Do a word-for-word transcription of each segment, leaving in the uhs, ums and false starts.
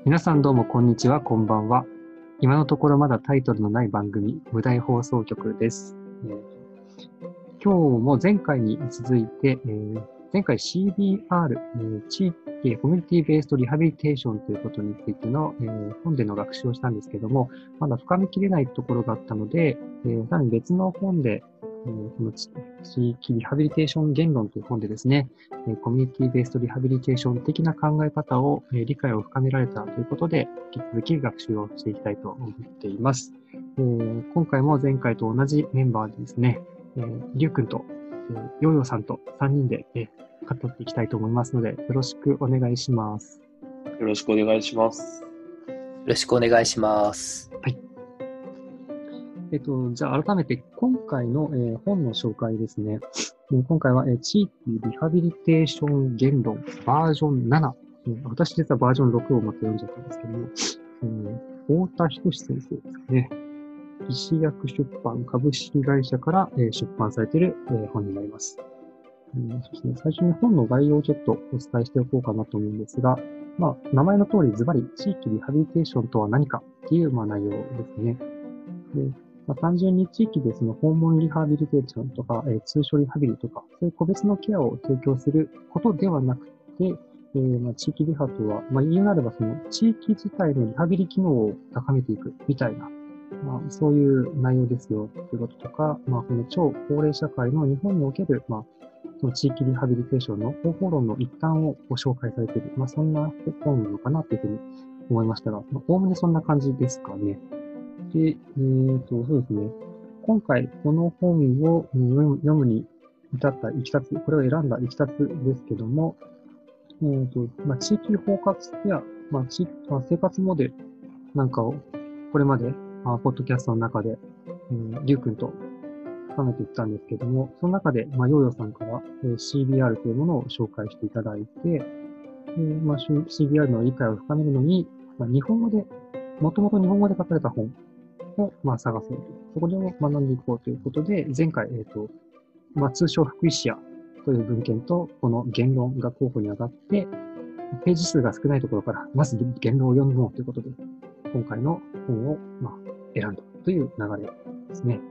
皆さんどうもこんにちは、こんばんは。今のところまだタイトルのない番組、無題放送局です。えー今日も前回に続いて、えー前回 シービーアール、えー地域コミュニティベースドリハビリテーションということについての、えー本での学習をしたんですけども、まだ深みきれないところがあったので、えーさらに別の本で、えーこの地地域リハビリテーション言論という本でですね、えーコミュニティベースドリハビリテーション的な考え方を、えー理解を深められたということで、引き続き学習をしていきたいと思っています。えー今回も前回と同じメンバーでですね、えー、りゅうくんと、えー、ヨーヨーさんとさんにんで、えー語っていきたいと思いますので、よろしくお願いします。 よろしくお願いします。 よろしくお願いします。 はい。えっと、じゃあ改めて今回の、えー本の紹介ですね。えー今回は、えー地域リハビリテーション言論バージョンなな。えー私実はバージョンろくをまた読んじゃったんですけども、えー、太田仁先生ですかね。石薬出版株式会社から、えー出版されている、えー本になります。うんそしてね、最初に本の概要をちょっとお伝えしておこうかなと思うんですが、まあ、名前の通りズバリ地域リハビリテーションとは何かっていう、まあ、内容ですね。でまあ、単純に地域でその訪問リハビリテーションとか、えー通所リハビリとか、そういう個別のケアを提供することではなくて、えーまあ、地域リハとは、まあ、言うなればその地域自体のリハビリ機能を高めていくみたいな、まあ、そういう内容ですよということとか、まあ、この超高齢社会の日本における、まあ、その地域リハビリテーションの方法論の一端をご紹介されている、まあ、そんな本なのかなというふうに思いましたが、まあ、おおむねそんな感じですかね。で、えーと、そうですね。今回、この本をうん読む読むに至ったいきさつ、これを選んだいきさつですけども、えーと、まあ、地域包括や、まあ、地まあ、生活モデルなんかを、これまで、まあ、ポッドキャストの中で、うん、りゅうくんと深めていったんですけども、その中で、まあ、ヨーヨーさんから、えー シービーアール というものを紹介していただいて、えーまあ、シービーアール の理解を深めるのに、まあ、日本語で、もともと日本語で書かれた本を、まあ、探そうと。そこでも学んでいこうということで、前回、えっと、まあ、通称福井市やという文献と、この言論が候補に上がって、ページ数が少ないところから、まず言論を読もうということで、今回の本を、まあ、選んだという流れですね。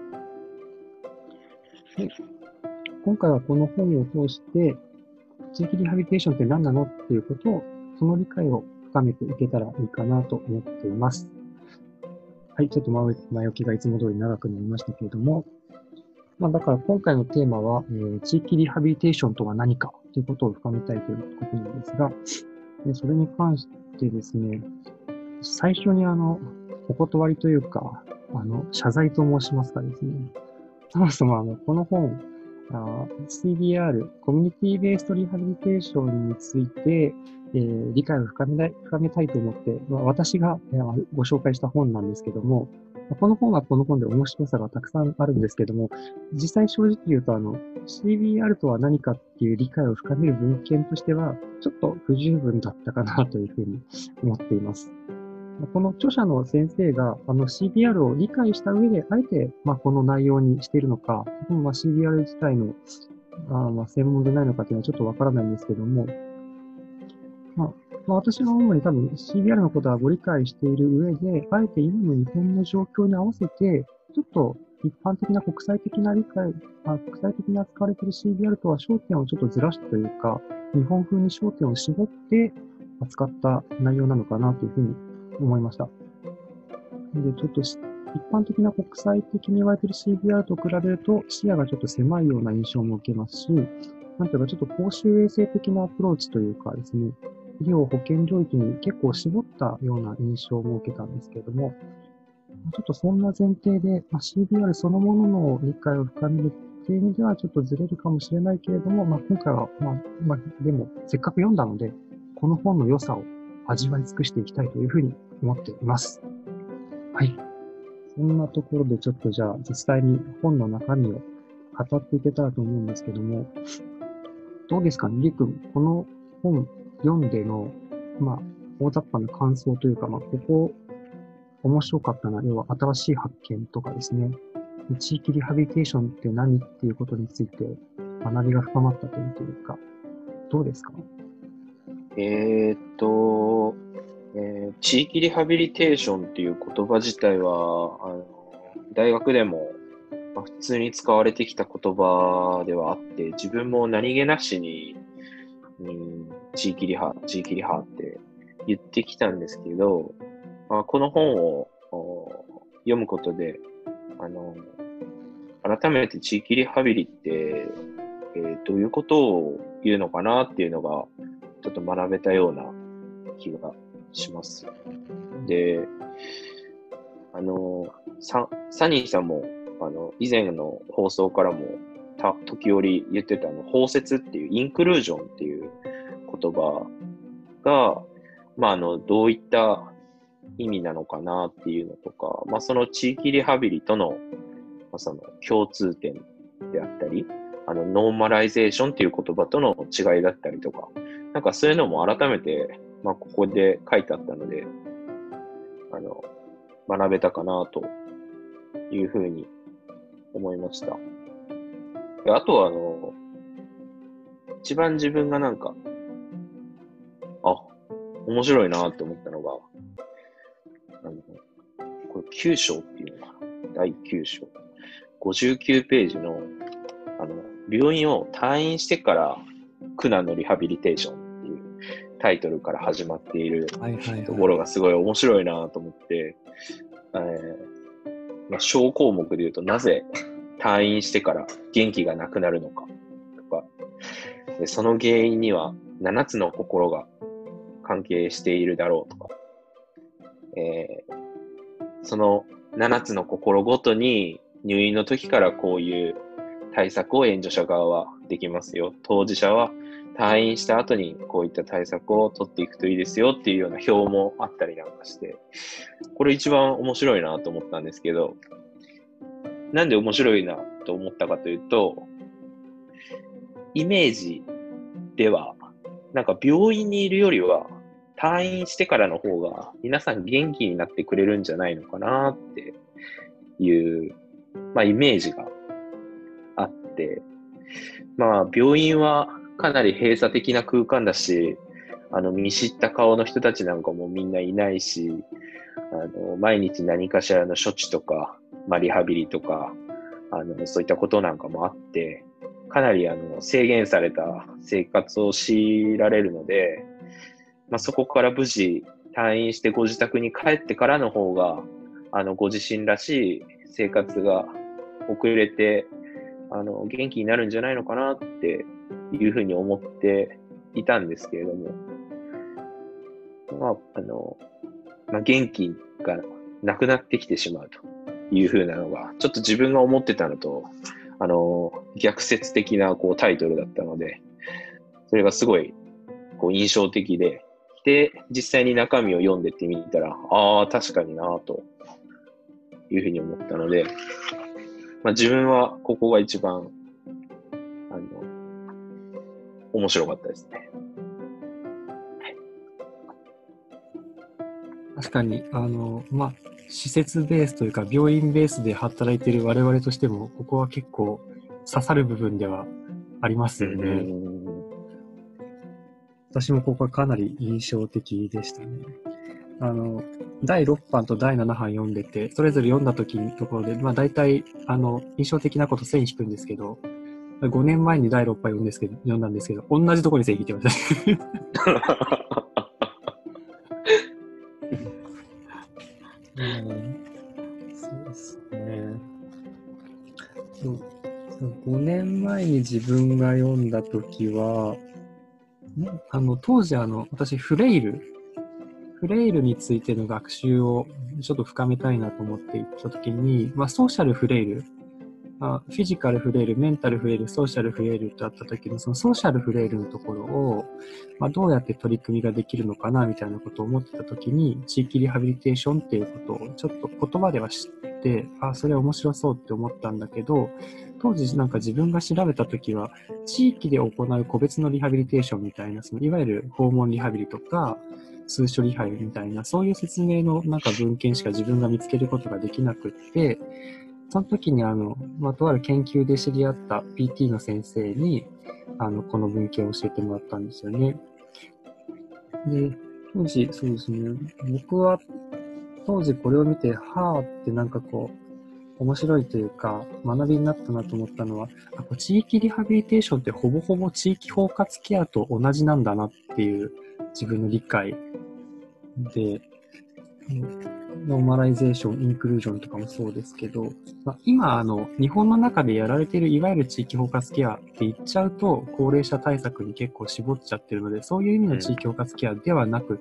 で今回はこの本を通して、地域リハビリテーションって何なのっていうことを、その理解を深めていけたらいいかなと思っています。はい、ちょっと前前置きがいつも通り長くなりましたけれども、まあ、だから今回のテーマは、えー地域リハビリテーションとは何かということを深めたいということなんですが、でそれに関してですね、最初にあの、お断りというか、あの、謝罪と申しますかですね、そもそもあの、この本、あ シービーアール、コミュニティベースドリハビリテーションについて、えー理解を深めたい深めたいと思って、まあ、私が、えーご紹介した本なんですけども、この本はこの本で面白さがたくさんあるんですけども、実際正直言うと、あの、シービーアール とは何かっていう理解を深める文献としては、ちょっと不十分だったかなというふうに思っています。この著者の先生があの シービーアール を理解した上で、あえてまあこの内容にしているのか、まあ シービーアール 自体のあまあ専門でないのかというのはちょっとわからないんですけども、まあ、まあ、私は主に多分 シービーアール のことはご理解している上で、あえて今の日本の状況に合わせて、ちょっと一般的な国際的な理解、あ国際的に扱われている シービーアール とは焦点をちょっとずらしたというか、日本風に焦点を絞って扱った内容なのかなというふうに思いました。で、ちょっとし一般的な国際的に言われている シービーアール と比べると視野がちょっと狭いような印象も受けますし、なんていうかちょっと公衆衛生的なアプローチというかですね、医療保健領域に結構絞ったような印象も受けたんですけれども、ちょっとそんな前提で、まあ、シービーアール そのものの理解を深めるっていう意味ではちょっとずれるかもしれないけれども、まあ、今回は、まあ、まあ、でもせっかく読んだので、この本の良さを味わい尽くしていきたいというふうに思っています。はい。そんなところでちょっとじゃあ実際に本の中身を語っていけたらと思うんですけども、どうですかね、りゅうくん、この本読んでの、まあ、大雑把な感想というか、まあ、ここ面白かったな、要は新しい発見とかですね、地域リハビリテーションって何っていうことについて学びが深まった点というか、どうですか？ えーっと、 えー地域リハビリテーションっていう言葉自体は、あの大学でも、まあ、普通に使われてきた言葉ではあって、自分も何気なしに、うん、地域リハ、地域リハって言ってきたんですけど、まあ、この本をお読むことで、あの、改めて地域リハビリって、えーどういうことを言うのかなっていうのが、ちょっと学べたような気がします。で、あの、サ、サニーさんも、あの、以前の放送からも、た、時折言ってたあの、包摂っていう、インクルージョンっていう言葉が、まあ、あの、どういった意味なのかなっていうのとか、まあ、その地域リハビリとの、まあ、その共通点であったり、あの、ノーマライゼーションっていう言葉との違いだったりとか、なんかそういうのも改めて、まあ、ここで書いてあったので、あの、学べたかなというふうに思いました。であとは、あの、一番自分がなんか、あ、面白いなって思ったのが、あの、これきゅう章っていうのかな。だいきゅう章。ごじゅうきゅうページの、あの、病院を退院してから苦難のリハビリテーションっていうタイトルから始まっているはいはいはい。 ところがすごい面白いなと思って、えーまあ、小項目で言うとなぜ退院してから元気がなくなるのかとか、でその原因にはななつの心が関係しているだろうとか、えーそのななつの心ごとに入院の時からこういう対策を援助者側はできますよ。当事者は退院した後にこういった対策を取っていくといいですよっていうような表もあったりなんかして、これ一番面白いなと思ったんですけど、なんで面白いなと思ったかというと、イメージでは、なんか病院にいるよりは退院してからの方が皆さん元気になってくれるんじゃないのかなっていう、まあイメージがあって、まあ病院はかなり閉鎖的な空間だし、あの見知った顔の人たちなんかもみんないないし、あの毎日何かしらの処置とか、まあリハビリとか、あのそういったことなんかもあって、かなりあの制限された生活を強いられるので、まあ、そこから無事退院してご自宅に帰ってからの方が、あのご自身らしい生活が遅れて、あの元気になるんじゃないのかなっていうふうに思っていたんですけれども、まああのまあ、元気がなくなってきてしまうというふうなのが、ちょっと自分が思ってたのと、あの逆説的なこうタイトルだったので、それがすごいこう印象的で、で、実際に中身を読んでってみたら、ああ、確かになというふうに思ったので、まあ、自分はここが一番、あの、面白かったですね。 確かに、あの、まあ、施設ベースというか、病院ベースで働いている我々としても、ここは結構刺さる部分ではありますよね。私もここはかなり印象的でしたね。あの、だいろっぱんとだいななはん読んでて、それぞれ読んだ時のところで、まあ大体、あの、印象的なこと線引くんですけど、ごねんまえにだいろっぱん読んですけど、読んだんですけど、同じところに線引いてました。うん、そうですね。そうそうごねんまえに自分が読んだときは、あの当時あの私フレイルフレイルについての学習をちょっと深めたいなと思っていったときに、まあ、ソーシャルフレイル、まあ、フィジカルフレイル、メンタルフレイル、ソーシャルフレイルとあったときのそのソーシャルフレイルのところを、まあ、どうやって取り組みができるのかなみたいなことを思ってたときに、地域リハビリテーションっていうことをちょっと言葉では知って、あ、それ面白そうって思ったんだけど、当時なんか自分が調べたときは、地域で行う個別のリハビリテーションみたいな、そのいわゆる訪問リハビリとか、通所リハビリみたいな、そういう説明のなんか文献しか自分が見つけることができなくって、その時にあの、まあ、とある研究で知り合った ピーティー の先生に、あの、この文献を教えてもらったんですよね。で、 当時、そうですね。僕は当時これを見て、はぁってなんかこう、面白いというか、学びになったなと思ったのは、あ、こう地域リハビリテーションってほぼほぼ地域包括ケアと同じなんだなっていう自分の理解で、ノーマライゼーション、インクルージョンとかもそうですけど、まあ、今、あの、日本の中でやられているいわゆる地域包括ケアって言っちゃうと、高齢者対策に結構絞っちゃってるので、そういう意味の地域包括ケアではなくって、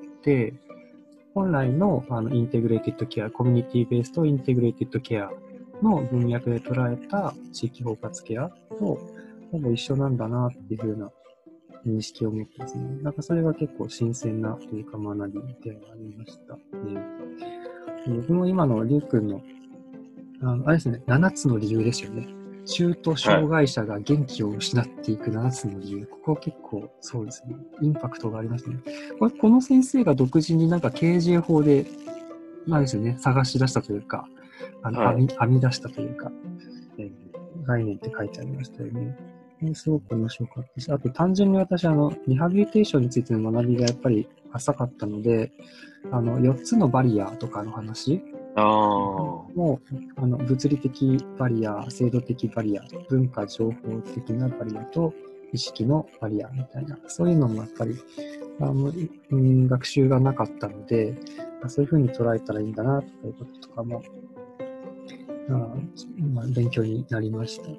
本来の、あのインテグレーティッドケア、コミュニティベースとインテグレーティッドケアの文脈で捉えた地域包括ケアとほぼ一緒なんだなっていうふうな認識を持ってですね。なんかそれが結構新鮮なというか学びではありましたね。僕も今のりゅうくんの、あの、あれですね、ななつの理由ですよね。中途障害者が元気を失っていくななつの理由。ここ結構そうですね。インパクトがありますね。これ、この先生が独自になんか ケージェー 法で、なんですよね、探し出したというか、あの、 はい編み、編み出したというか、えー概念って書いてありましたよね。すごく面白かったし、あと単純に私、あの、リハビリテーションについての学びがやっぱり浅かったので、あの、よっつのバリアとかの話ああ、 もう、あの、物理的バリア、制度的バリア、文化情報的なバリアと、意識のバリアみたいな、そういうのもやっぱり、あの、うん、学習がなかったので、そういうふうに捉えたらいいんだな、ということとかも、あまあ、勉強になりました、ね。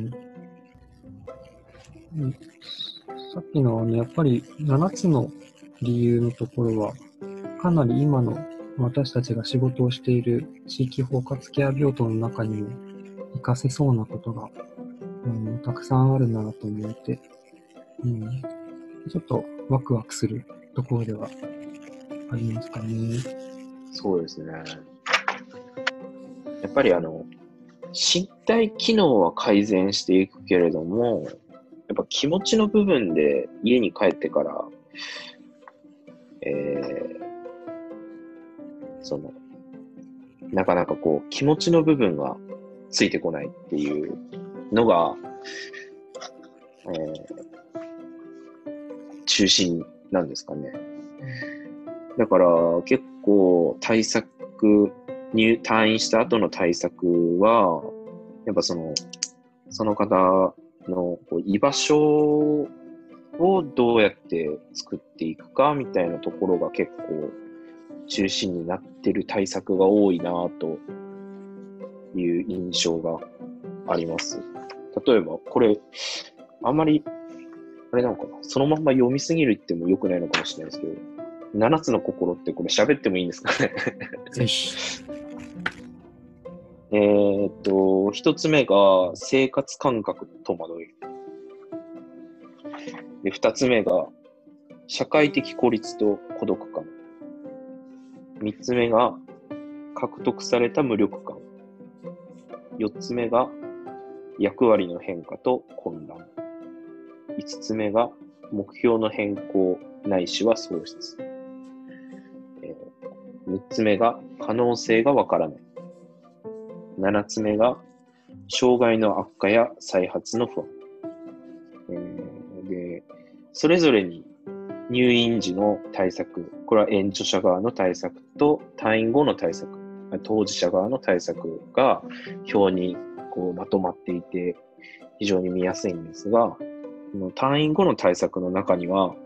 うん、さっきのね、やっぱりななつの理由のところは、かなり今の私たちが仕事をしている地域包括ケア病棟の中にも活かせそうなことが、うん、たくさんあるなと思って、うん、ちょっとワクワクするところではありますかね。 そうですね。やっぱりあの、身体機能は改善していくけれども、やっぱ気持ちの部分で家に帰ってから、えー、その、なかなかこう、気持ちの部分がついてこないっていうのが、えー、中心なんですかね。だから結構対策、入退院した後の対策は、やっぱその、その方のこう居場所をどうやって作っていくかみたいなところが結構中心になってる対策が多いなという印象があります。例えばこれあんまりあれなのかな、そのまま読みすぎるっても良くないのかもしれないですけど、ななつの心ってこれ喋ってもいいんですかね。 ぜひ。 えーっと、一つ目が生活感覚の戸惑い。で、二つ目が社会的孤立と孤独感。三つ目が獲得された無力感。四つ目が役割の変化と混乱。五つ目が目標の変更ないしは喪失。えー、六つ目が可能性がわからない。七つ目が障害の悪化や再発の不安。えー、で、それぞれに入院時の対策、これは援助者側の対策と退院後の対策、当事者側の対策が表にこうまとまっていて非常に見やすいんですが、退院後の対策の中には、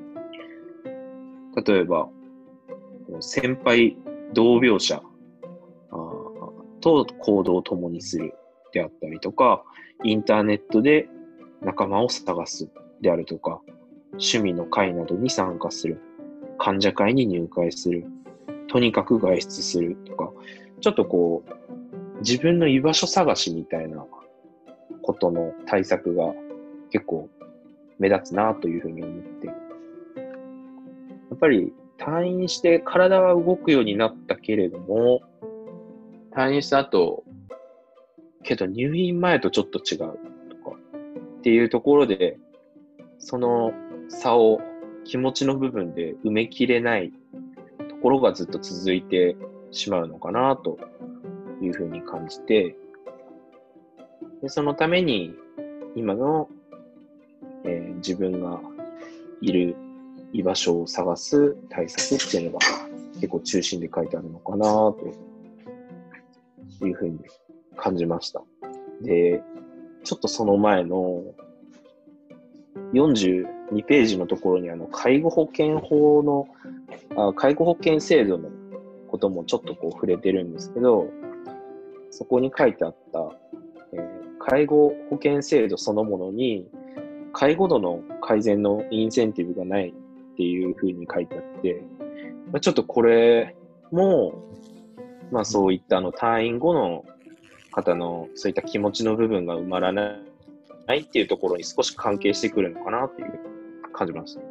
例えば先輩同病者と行動を共にするであったりとか、インターネットで仲間を探すであるとか、趣味の会などに参加する、患者会に入会する、とにかく外出するとか、ちょっとこう、自分の居場所探しみたいなことの対策が結構目立つなというふうに思って、やっぱり退院して体は動くようになったけれども、退院した後、けど入院前とちょっと違うとかっていうところで、その差を気持ちの部分で埋めきれないところがずっと続いてしまうのかなというふうに感じて、でそのために今の、えー、自分がいる居場所を探す対策っていうのが結構中心で書いてあるのかなというふうに感じました。で、ちょっとその前のよんじゅうにページのところにあの介護保険法のあ介護保険制度のこともちょっとこう触れてるんですけど、そこに書いてあった、えー介護保険制度そのものに介護度の改善のインセンティブがないっていうふうに書いてあって、まあ、ちょっとこれも、まあそういったあの退院後の方のそういった気持ちの部分が埋まらないっていうところに少し関係してくるのかなっていう感じました。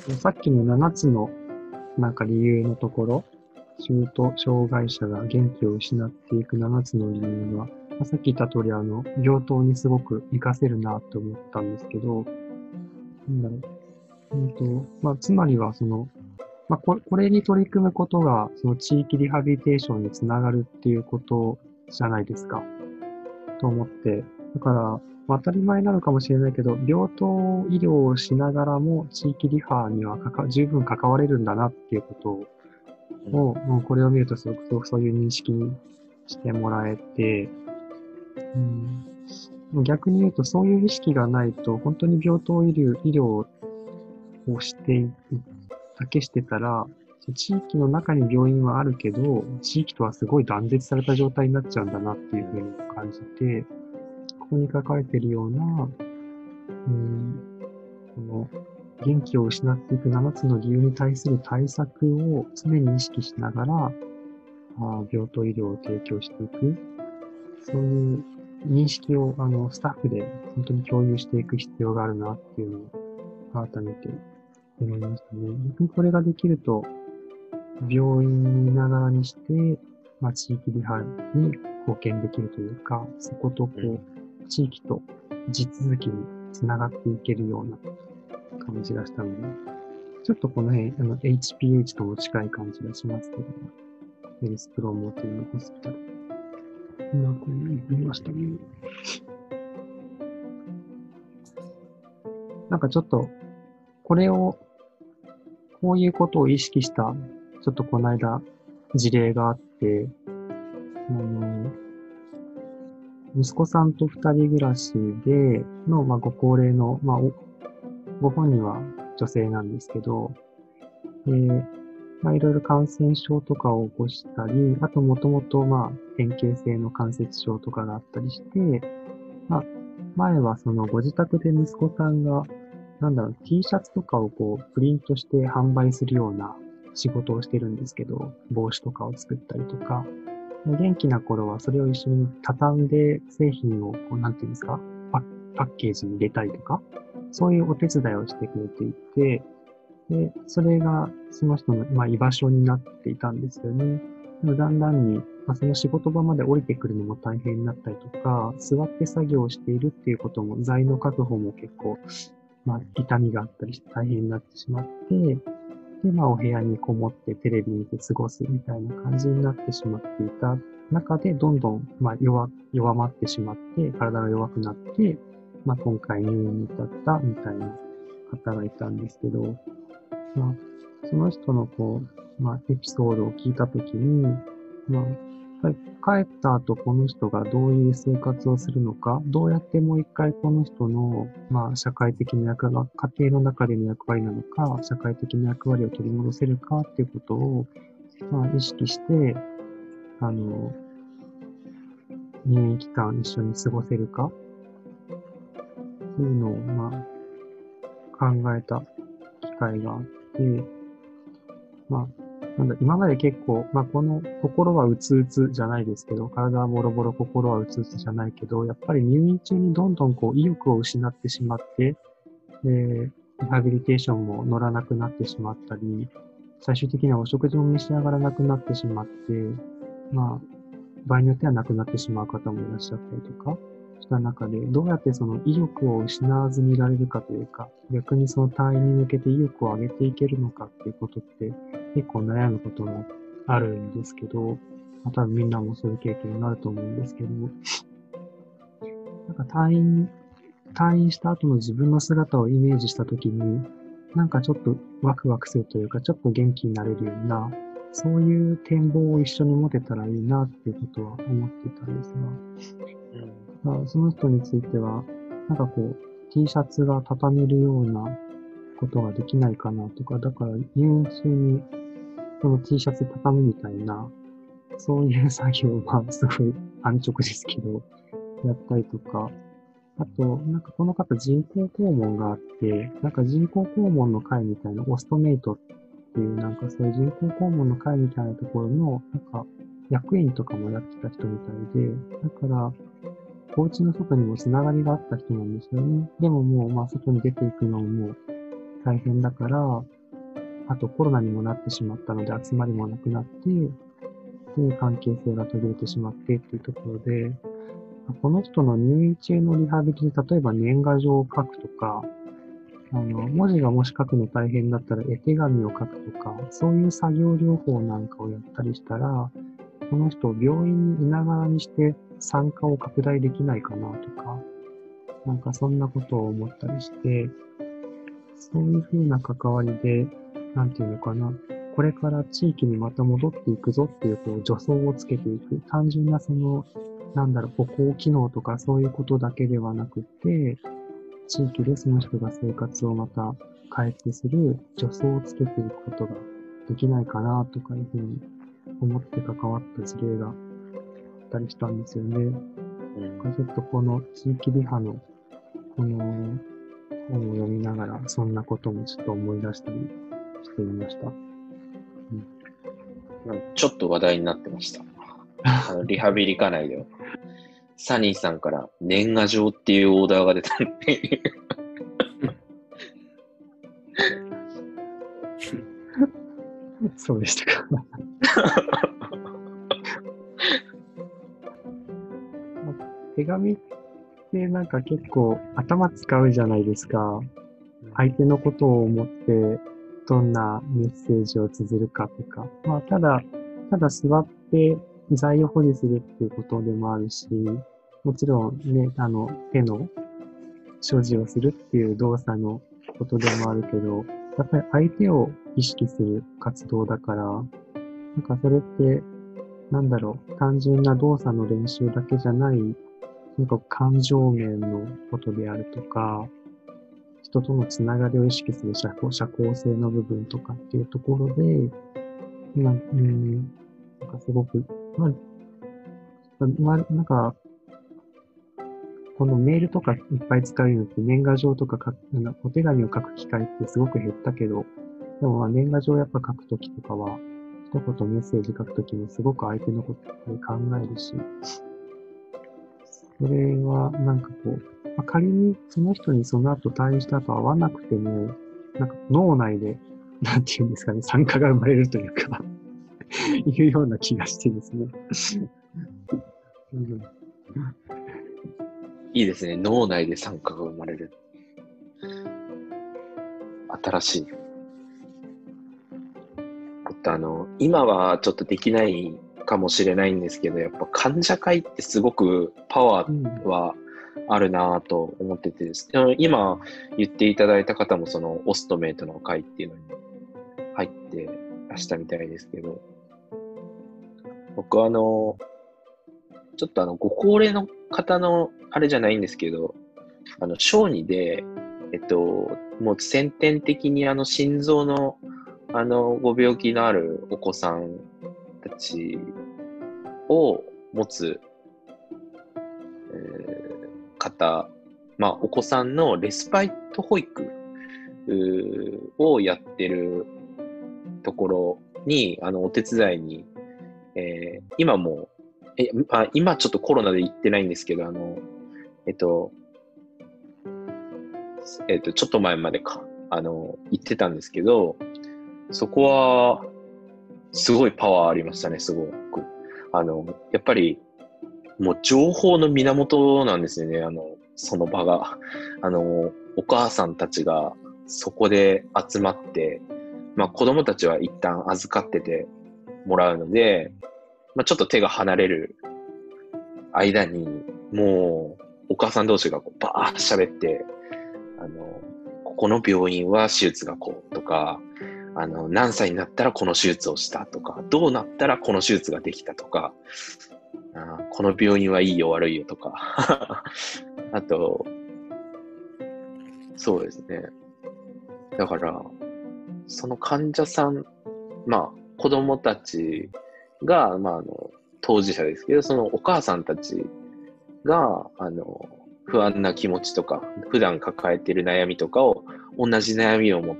さっきのななつのなんか理由のところ、中途障害者が元気を失っていくななつの理由は、まあ、さっき言った通り、あの、病棟にすごく活かせるなと思ったんですけど、なんだろう。うんと、まあ、つまりは、その、まあこ、これに取り組むことが、その地域リハビリテーションにつながるっていうことじゃないですか。と思って。だから、まあ、当たり前なのかもしれないけど、病棟医療をしながらも地域リハにはかか十分関われるんだなっていうことを、を、もうこれを見るとすごく、すごくそういう認識にしてもらえて、うん、逆に言うとそういう意識がないと、本当に病棟医療、医療をしてだけしてたら、地域の中に病院はあるけど、地域とはすごい断絶された状態になっちゃうんだなっていうふうに感じて、ここに書かれているような、うん、この元気を失っていくななつの理由に対する対策を常に意識しながら、あ病棟医療を提供していく。そういう認識をあのスタッフで本当に共有していく必要があるなっていうのを改めて思いましたね。逆にこれができると、病院にいながらにして、まあ、地域リハに貢献できるというか、そことこう、地域と地続きにつながっていけるような感じがしたので、ちょっとこの辺、あの、エイチピーエイチ とも近い感じがしますけども、ヘルスプロモーティングホスピタル。こんな風に見ましたね。なんかちょっと、これを、こういうことを意識した、ちょっとこの間、事例があって、あの、息子さんと二人暮らしでの、まあ、ご高齢の、まあ、ご本人は女性なんですけど、えー、まあ、いろいろ感染症とかを起こしたり、あともともと、まあ、変形性の関節症とかがあったりして、まあ、前はそのご自宅で息子さんが、なんだろう、T シャツとかをこう、プリントして販売するような仕事をしてるんですけど、帽子とかを作ったりとか、元気な頃はそれを一緒に畳んで製品を、こう、なんていうんですか、パッ、パッケージに入れたりとか、そういうお手伝いをしてくれていて、で、それがその人の、まあ、居場所になっていたんですよね。でもだんだんに、まあ、その仕事場まで降りてくるのも大変になったりとか、座って作業をしているっていうことも、材の確保も結構、まあ、痛みがあったりして大変になってしまって、で、まあ、お部屋にこもってテレビ見て過ごすみたいな感じになってしまっていた中で、どんどん、まあ、弱、弱まってしまって、体が弱くなって、まあ、今回入院に至ったみたいな方がいたんですけど、まあ、その人のこう、まあ、エピソードを聞いたときに、まあ、帰った後この人がどういう生活をするのか、どうやってもう一回この人の、まあ、社会的な役割、家庭の中での役割なのか、社会的な役割を取り戻せるかっていうことを、まあ、意識して、あの、入院期間一緒に過ごせるか、っていうのを、まあ、考えた機会があって、まあ、なんだ、今まで結構、まあ、この、心はうつうつじゃないですけど、体はボロボロ、心はうつうつじゃないけど、やっぱり入院中にどんどんこう、意欲を失ってしまって、で、リハビリテーションも乗らなくなってしまったり、最終的にはお食事も召し上がらなくなってしまって、まあ、場合によっては亡くなってしまう方もいらっしゃったりとか、した中で、どうやってその意欲を失わずにいられるかというか、逆にその退院に向けて意欲を上げていけるのかっていうことって、結構悩むことがあるんですけど、まあ、多分みんなもそういう経験になると思うんですけど、なんか退院、 退院した後の自分の姿をイメージしたときに、なんかちょっとワクワクするというか、ちょっと元気になれるような、そういう展望を一緒に持てたらいいなっていうことは思っていたんですが、うん、その人については、なんかこう、T シャツが畳めるようなことができないかなとか、だから入院中にその T シャツ畳むみたいな、そういう作業はすごい安直ですけど、やったりとか、あと、なんかこの方人工肛門があって、なんか人工肛門の会みたいな、オストメイトっていうなんかそういう人工肛門の会みたいなところの、なんか役員とかもやってた人みたいで、だから、お家の外にもつながりがあった人なんですよね。でももう、まあ外に出ていくのももう大変だから、あとコロナにもなってしまったので集まりもなくなって、で、関係性が途切れてしまってっていうところで、この人の入院中のリハビリで、例えば年賀状を書くとか、あの、文字がもし書くの大変だったら絵手紙を書くとか、そういう作業療法なんかをやったりしたら、この人を病院にいながらにして参加を拡大できないかなとか、なんかそんなことを思ったりして、そういう風な関わりで、なんていうのかな、これから地域にまた戻っていくぞっていう、こう、助走をつけていく。単純なその、なんだろう、歩行機能とかそういうことだけではなくて、地域でその人が生活をまた回復する助走をつけていくことができないかなとかいうふうに思って関わった事例があったりしたんですよね。うん、ちょっとこの地域リハのこの本を読みながらそんなこともちょっと思い出したりしてみました。うん、 ちょっと話題になってました。あのリハビリ課内では。サニーさんから年賀状っていうオーダーが出たんでそうでしたか。手紙ってなんか結構頭使うじゃないですか。相手のことを思ってどんなメッセージを綴るかとか。まあただ、ただ座って材を保持するっていうことでもあるし、もちろんね、あの、手の所持をするっていう動作のことでもあるけど、やっぱり相手を意識する活動だから、なんかそれって、なんだろう、単純な動作の練習だけじゃない、なんか感情面のことであるとか、人とのつながりを意識する社交、社交性の部分とかっていうところで、まあ、うん、なんかすごく、まあ、まあ、なんか、このメールとかいっぱい使うようになって年賀状とか書く、お手紙を書く機会ってすごく減ったけど、でもまあ年賀状をやっぱ書くときとかは、一言メッセージ書くときにすごく相手のことを考えるし、それはなんかこう、まあ、仮にその人にその後退院した後会わなくても、なんか脳内で、なんていうんですかね、参加が生まれるというか、いうような気がしてですね。うん、 いいですね。脳内で参加が生まれる。新しい。あの、今はちょっとできないかもしれないんですけど、やっぱ患者会ってすごくパワーはあるなぁと思っててですね、うん、今言っていただいた方もそのオストメイトの会っていうのに入ってらしたみたいですけど、僕はあの、ちょっとあの、ご高齢の方のあれじゃないんですけど、あの、小児で、えっと、もう先天的にあの、心臓のあの、ご病気のあるお子さんたちを持つ、えー、方、まあ、お子さんのレスパイト保育をやってるところに、あの、お手伝いに、えー、今も、えあ、今ちょっとコロナで行ってないんですけど、あの、えっと、えっと、ちょっと前までか、あの、行ってたんですけど、そこは、すごいパワーありましたね、すごく。あの、やっぱり、もう情報の源なんですよね、あの、その場が。あの、お母さんたちがそこで集まって、まあ子供たちは一旦預かっててもらうので、まあちょっと手が離れる間に、もう、 お母さん同士がこうバーッ喋って、あの、ここの病院は手術がこうとか、あの、何歳になったらこの手術をしたとか、どうなったらこの手術ができたとか、あこの病院はいいよ悪いよとか、あと、そうですね。だから、その患者さん、まあ、子供たちが、まあ、あの、当事者ですけど、そのお母さんたちが、あの、不安な気持ちとか、普段抱えている悩みとかを、同じ悩みを持った、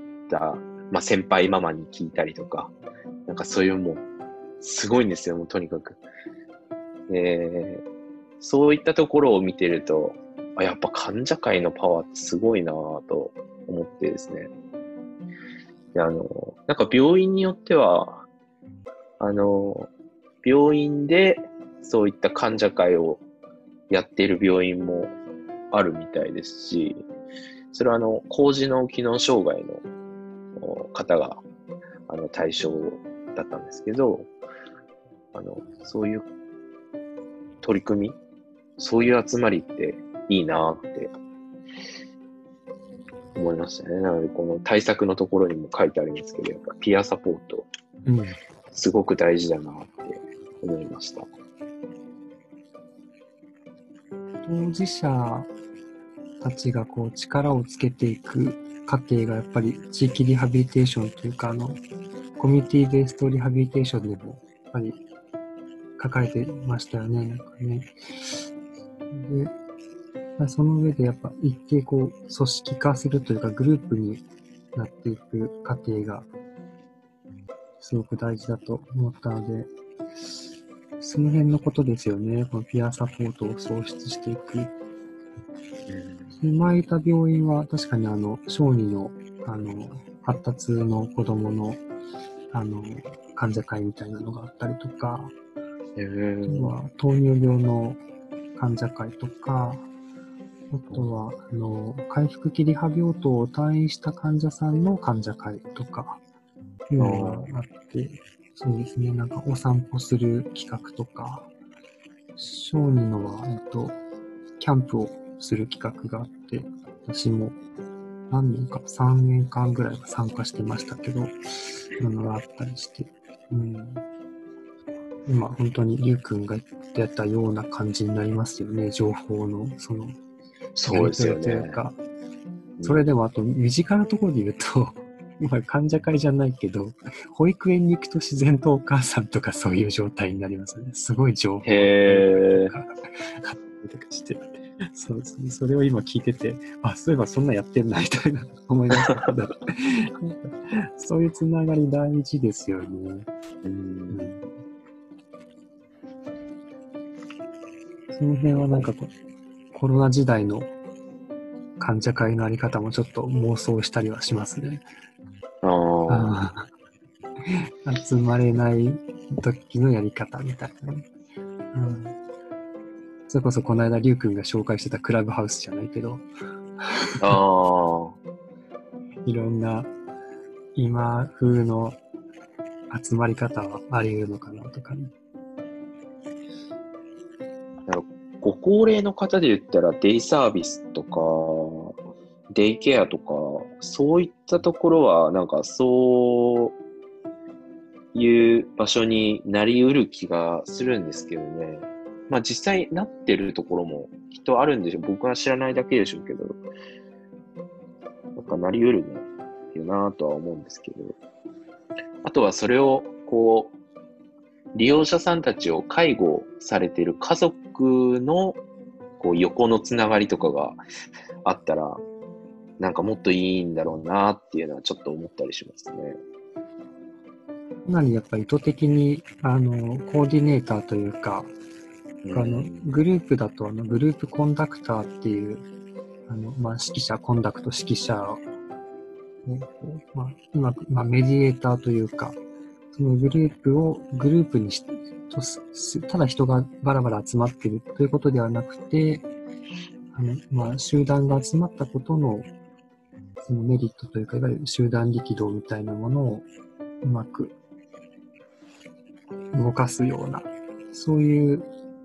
まあ、先輩ママに聞いたりとか、なんかそういうもう、すごいんですよ、もうとにかく。えー、そういったところを見てると、あ、やっぱ患者会のパワーってすごいなぁと思ってですね。で、あの、なんか病院によっては、あの、病院でそういった患者会をやっている病院もあるみたいですし、それはあの、高次脳機能障害の方があの対象だったんですけど、あの、そういう取り組み、そういう集まりっていいなって思いましたね。なので、この対策のところにも書いてありますけど、やっぱピアサポート、 うん、 すごく大事だなって思いました。 当事者たちがこう力をつけていく過程がやっぱり地域リハビリテーションというか、あのコミュニティベーストリハビリテーションでもやっぱり書かれてましたよね。なんかね。で、その上でやっぱ一定こう組織化するというかグループになっていく過程がすごく大事だと思ったので、その辺のことですよね。このピアサポートを創出していく。前いた病院は確かにあの小児のあの発達の子供のあの患者会みたいなのがあったりとか、 えー、 あとは糖尿病の患者会とか、あとはあの回復期リハ病棟を退院した患者さんの患者会とかいうのがあって、そうですね、なんかお散歩する企画とか、小児のはえっとキャンプをする企画があって、私も何年か、さんねんかんぐらいは参加してましたけど、そういうのがあったりして、うん、今本当にりゅうくんが言ってたような感じになりますよね、情報のその、 そうですよね。 というか、それでもあと身近なところで言うと、今患者会じゃないけど、保育園に行くと自然とお母さんとかそういう状態になりますね。すごい情報へー。 とか、あったりとかして。そうですね。それを今聞いてて、あ、そういえばそんなやってんな、みたいな思いましたけど。そういうつながり大事ですよね。 うん、 うん、その辺はなんかこう、コロナ時代の患者会のあり方もちょっと妄想したりはしますね。 ああ集まれない時のやり方みたいな、ね。うん、それこそこの間りゅうくんが紹介してたクラブハウスじゃないけど、 あいろんな今風の集まり方はあり得るのかなとかね。 ご高齢の方で言ったらデイサービスとかデイケアとかそういったところはなんかそういう場所になりうる気がするんですけどね。まあ実際なってるところもきっとあるんでしょう。僕は知らないだけでしょうけど、なんかなりうるのよなとは思うんですけど。あとはそれをこう利用者さんたちを介護されている家族のこう横のつながりとかがあったら、なんかもっといいんだろうなっていうのはちょっと思ったりしますね。 かなりやっぱり意図的にあのコーディネーターというか、うん、あのグループだとあのグループコンダクターっていうあの、まあ、指揮者、コンダクト指揮者を、まあ、今、まあ、メディエーターというか、そのグループをグループにして、ただ人がバラバラ集まっているということではなくて、あのまあ、集団が集まったことのそのメリットというか、いわゆる集団力道みたいなものをうまく動かすような、そういう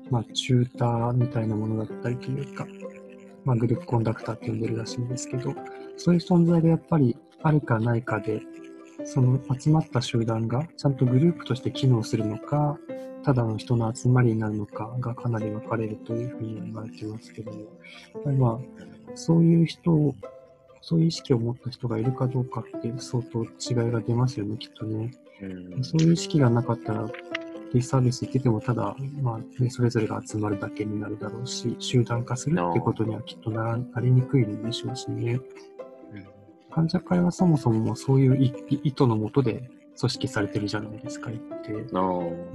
まあ、チューターみたいなものだったりというか、まあ、グループコンダクターって呼んでるらしいんですけど、そういう存在がやっぱりあるかないかで、その集まった集団がちゃんとグループとして機能するのか、ただの人の集まりになるのかがかなり分かれるというふうに言われてますけども、やっぱりまあ、そういう人を、そういう意識を持った人がいるかどうかって相当違いが出ますよね、きっとね。 うん、 そういう意識がなかったら、デイサービス行っててもただ、まあね、それぞれが集まるだけになるだろうし、集団化するってことにはきっとならなりにくいんでしょうしね。 うん、 患者会はそもそもそういう意意図のもとで組織されてるじゃないですか、言って、 あうん、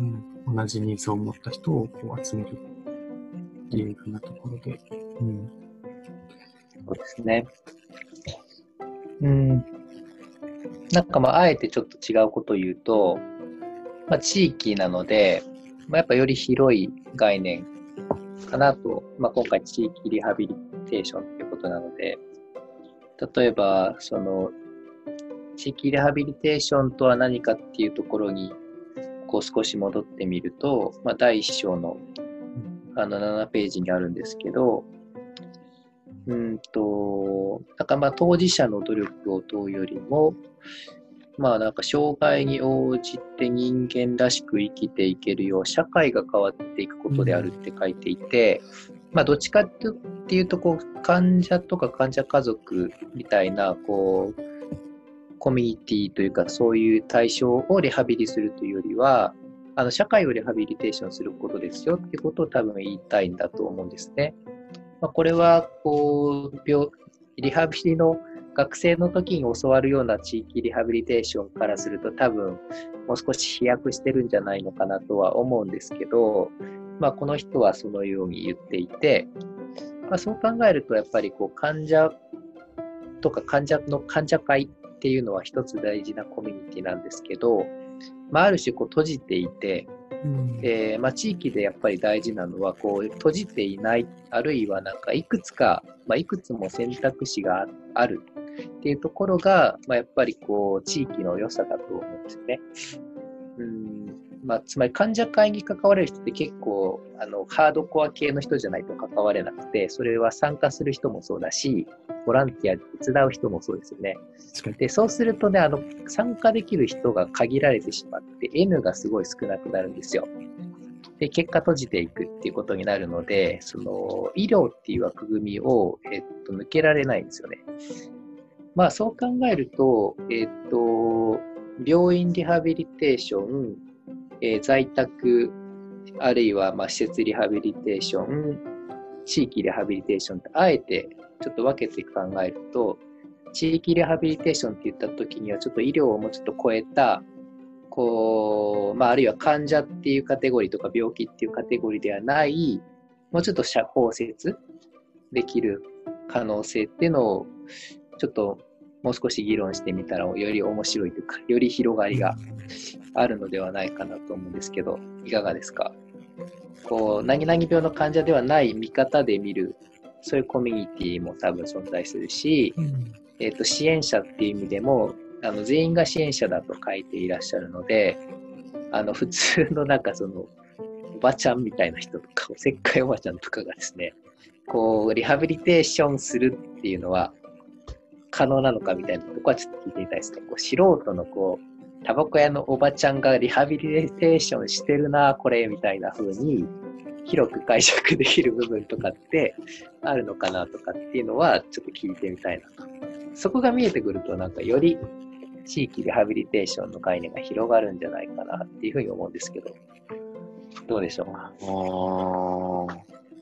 同じニーズを持った人をこう集めるっていうふうなところで。うん、 そうですね。うん。なんかまあ、あえてちょっと違うことを言うと、まあ、地域なので、まあ、やっぱより広い概念かなと、まあ、今回地域リハビリテーションということなので、例えば、その、地域リハビリテーションとは何かっていうところに、こう少し戻ってみると、まあ、だいいっ章のあのななページにあるんですけど、うんと、なんかまあ当事者の努力を問うよりも、まあなんか障害に応じて人間らしく生きていけるよう社会が変わっていくことであるって書いていて、まあどっちかっていうとこう患者とか患者家族みたいなこうコミュニティというかそういう対象をリハビリするというよりは、あの社会をリハビリテーションすることですよってことを多分言いたいんだと思うんですね。まあ、これはこう病リハビリの学生の時に教わるような地域リハビリテーションからすると多分もう少し飛躍してるんじゃないのかなとは思うんですけど、まあ、この人はそのように言っていて、まあ、そう考えるとやっぱりこう患者とか患者の患者会っていうのは一つ大事なコミュニティなんですけど、まあ、ある種こう閉じていて、うんえーまあ、地域でやっぱり大事なのはこう閉じていない、あるいはなんかいくつか、まあ、いくつも選択肢があるっていうところが、まあ、やっぱりこう地域の良さだと思うんですよね。うんまあ、つまり患者会に関われる人って結構あのハードコア系の人じゃないと関われなくて、それは参加する人もそうだし、ボランティアで手伝う人もそうですよね。で、そうするとね、あの参加できる人が限られてしまって N がすごい少なくなるんですよ。で、結果閉じていくっていうことになるので、その医療っていう枠組みを、えっと、抜けられないんですよね。まあそう考えると、えっと、病院リハビリテーション、えー、在宅、あるいはまあ施設リハビリテーション、地域リハビリテーションってあえてちょっと分けて考えると、地域リハビリテーションって言った時にはちょっと医療をもうちょっと超えた、こう、まああるいは患者っていうカテゴリーとか病気っていうカテゴリーではない、もうちょっと包摂できる可能性っていうのをちょっともう少し議論してみたらより面白いというか、より広がりがあるのではないかなと思うんですけど、いかがですか？こう、何々病の患者ではない見方で見る、そういうコミュニティも多分存在するし、うん、えっと、支援者っていう意味でも、あの、全員が支援者だと書いていらっしゃるので、あの、普通のなんかその、おばちゃんみたいな人とか、おせっかいおばちゃんとかがですね、こう、リハビリテーションするっていうのは、可能なのかみたいなとこはちょっと聞いてみたいですね。こう素人のこうタバコ屋のおばちゃんがリハビリテーションしてるなこれみたいな風に広く解釈できる部分とかってあるのかなとかっていうのはちょっと聞いてみたいなと。そこが見えてくるとなんかより地域リハビリテーションの概念が広がるんじゃないかなっていうふうに思うんですけど、どうでしょうか。 あ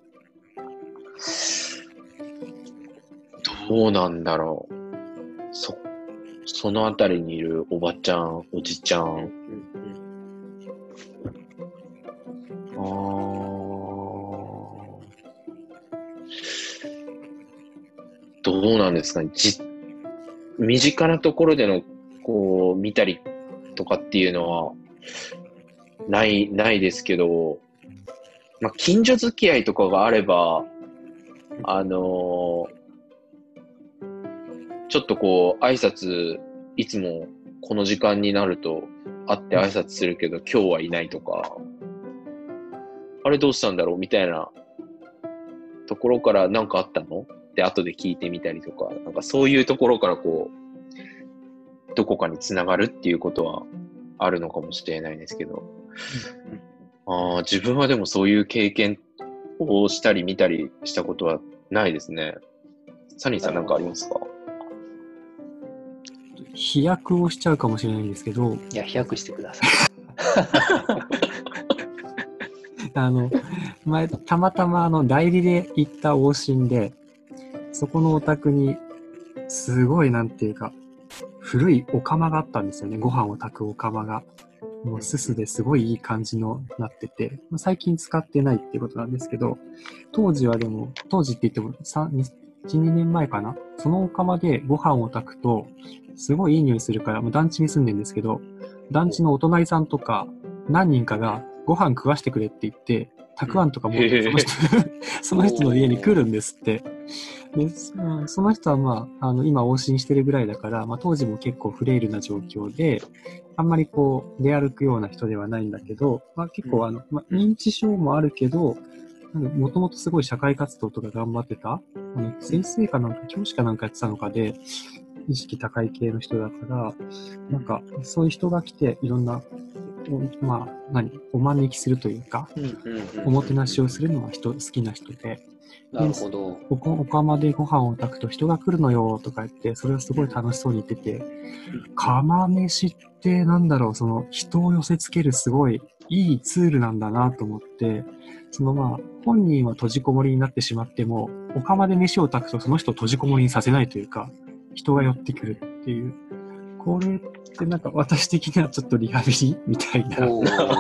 どうなんだろう。そ、そのあたりにいるおばちゃん、おじちゃん。うんうん、あどうなんですかね。じ、身近なところでの、こう、見たりとかっていうのは、ない、ないですけど、まあ、近所付き合いとかがあれば、あのー、ちょっとこう、挨拶、いつもこの時間になると会って挨拶するけど、今日はいないとか、 あれどうしたんだろうみたいなところからなんかあったのって後で聞いてみたりとか、なんかそういうところからこう、どこかにつながるっていうことはあるのかもしれないですけど、うん、あ自分はでもそういう経験をしたり見たりしたことはないですね。サニーさんなんかありますか？ 飛躍をしちゃうかもしれないんですけど。 いや、飛躍してください。 あの、前、たまたまあの、代理で行った往診で、そこのお宅に、すごいなんていうか、古いお釜があったんですよね。ご飯を炊くお釜が。もうすすですごいいい感じのなってて、最近使ってないっていうことなんですけど、当時はでも、当時って言ってもいち、にねんまえかな、そのお釜でご飯を炊くと、すごいいい匂いするから、もう団地に住んでるんですけど、団地のお隣さんとか何人かがご飯食わしてくれって言って、たくあんとか持ってその人、その人の家に来るんですって。で、その人はまあ、あの、今往診してるぐらいだから、まあ当時も結構フレイルな状況で、あんまりこう、出歩くような人ではないんだけど、まあ結構あの、まあ、認知症もあるけど、もともとすごい社会活動とか頑張ってた、あの、先生かなんか教師かなんかやってたのかで、意識高い系の人だから、なんか、そういう人が来て、いろんな、まあ、何、お招きするというか、おもてなしをするのは人、好きな人で、 なるほど。 おこ、お釜でご飯を炊くと人が来るのよとか言って、それはすごい楽しそうに言ってて、釜飯ってなんだろう、その人を寄せつけるすごいいいツールなんだなと思って、そのまあ、本人は閉じこもりになってしまっても、お釜で飯を炊くとその人を閉じこもりにさせないというか、人が寄ってくるっていう。これってなんか私的にはちょっとリハビリみたいな。い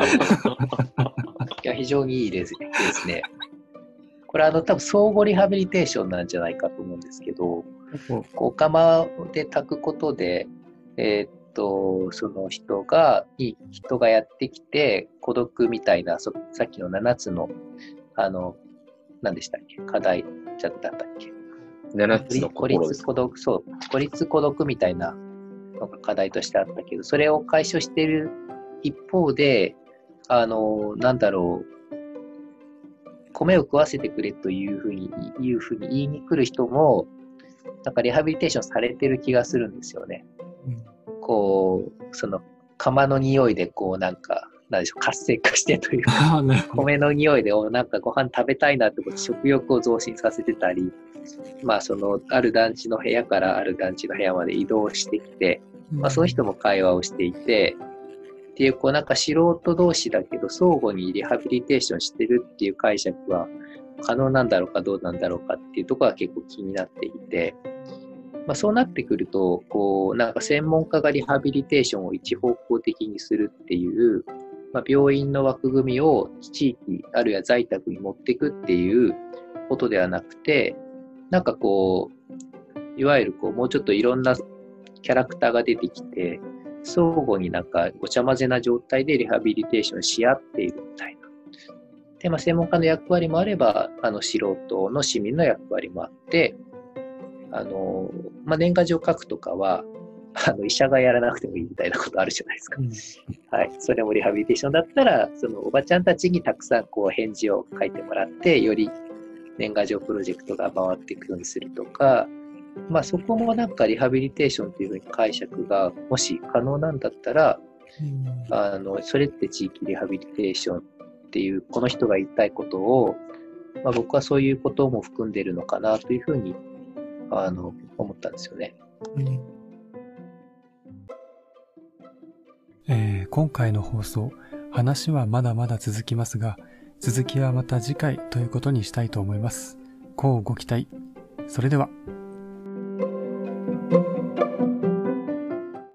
や、非常にいいですね。これあの多分相互リハビリテーションなんじゃないかと思うんですけど、お釜で炊くことで、えー、っと、その人が、いい人がやってきて、孤独みたいな、そさっきのななつの、あの、何でしたっけ、課題じゃったっけ。 ななつの心です。 孤立孤独、そう、孤立孤独みたいなのが課題としてあったけど、それを解消している一方で、あの、なんだろう、米を食わせてくれというふうに、いうふうに言いに来る人も、なんかリハビリテーションされてる気がするんですよね。うん、こう、その、釜の匂いで、こう、なんか、なんでしょう、活性化してというか、米の匂いで、お、なんかご飯食べたいなってことで食欲を増進させてたり、まあ、その、ある団地の部屋からある団地の部屋まで移動してきて、まあ、その人も会話をしていて、っていう、こう、なんか素人同士だけど、相互にリハビリテーションしてるっていう解釈は可能なんだろうかどうなんだろうかっていうところが結構気になっていて、まあ、そうなってくると、こう、なんか専門家がリハビリテーションを一方向的にするっていう、まあ、病院の枠組みを地域、あるいは在宅に持っていくっていうことではなくて、なんかこう、いわゆるこう、もうちょっといろんなキャラクターが出てきて、相互になんかごちゃ混ぜな状態でリハビリテーションし合っているみたいな。で、まあ、専門家の役割もあれば、あの、素人の市民の役割もあって、あの、まあ、年賀状書くとかは、あの、医者がやらなくてもいいみたいなことあるじゃないですか。うん、はい。それもリハビリテーションだったら、そのおばちゃんたちにたくさんこう返事を書いてもらって、より年賀状プロジェクトが回っていくようにするとか、まあそこもなんかリハビリテーションというふうに解釈がもし可能なんだったら、うん、あの、それって地域リハビリテーションっていう、この人が言いたいことを、まあ僕はそういうことも含んでいるのかなというふうに、あの、思ったんですよね。うんえー、今回の放送、話はまだまだ続きますが、続きはまた次回ということにしたいと思います。こうご期待。それでは。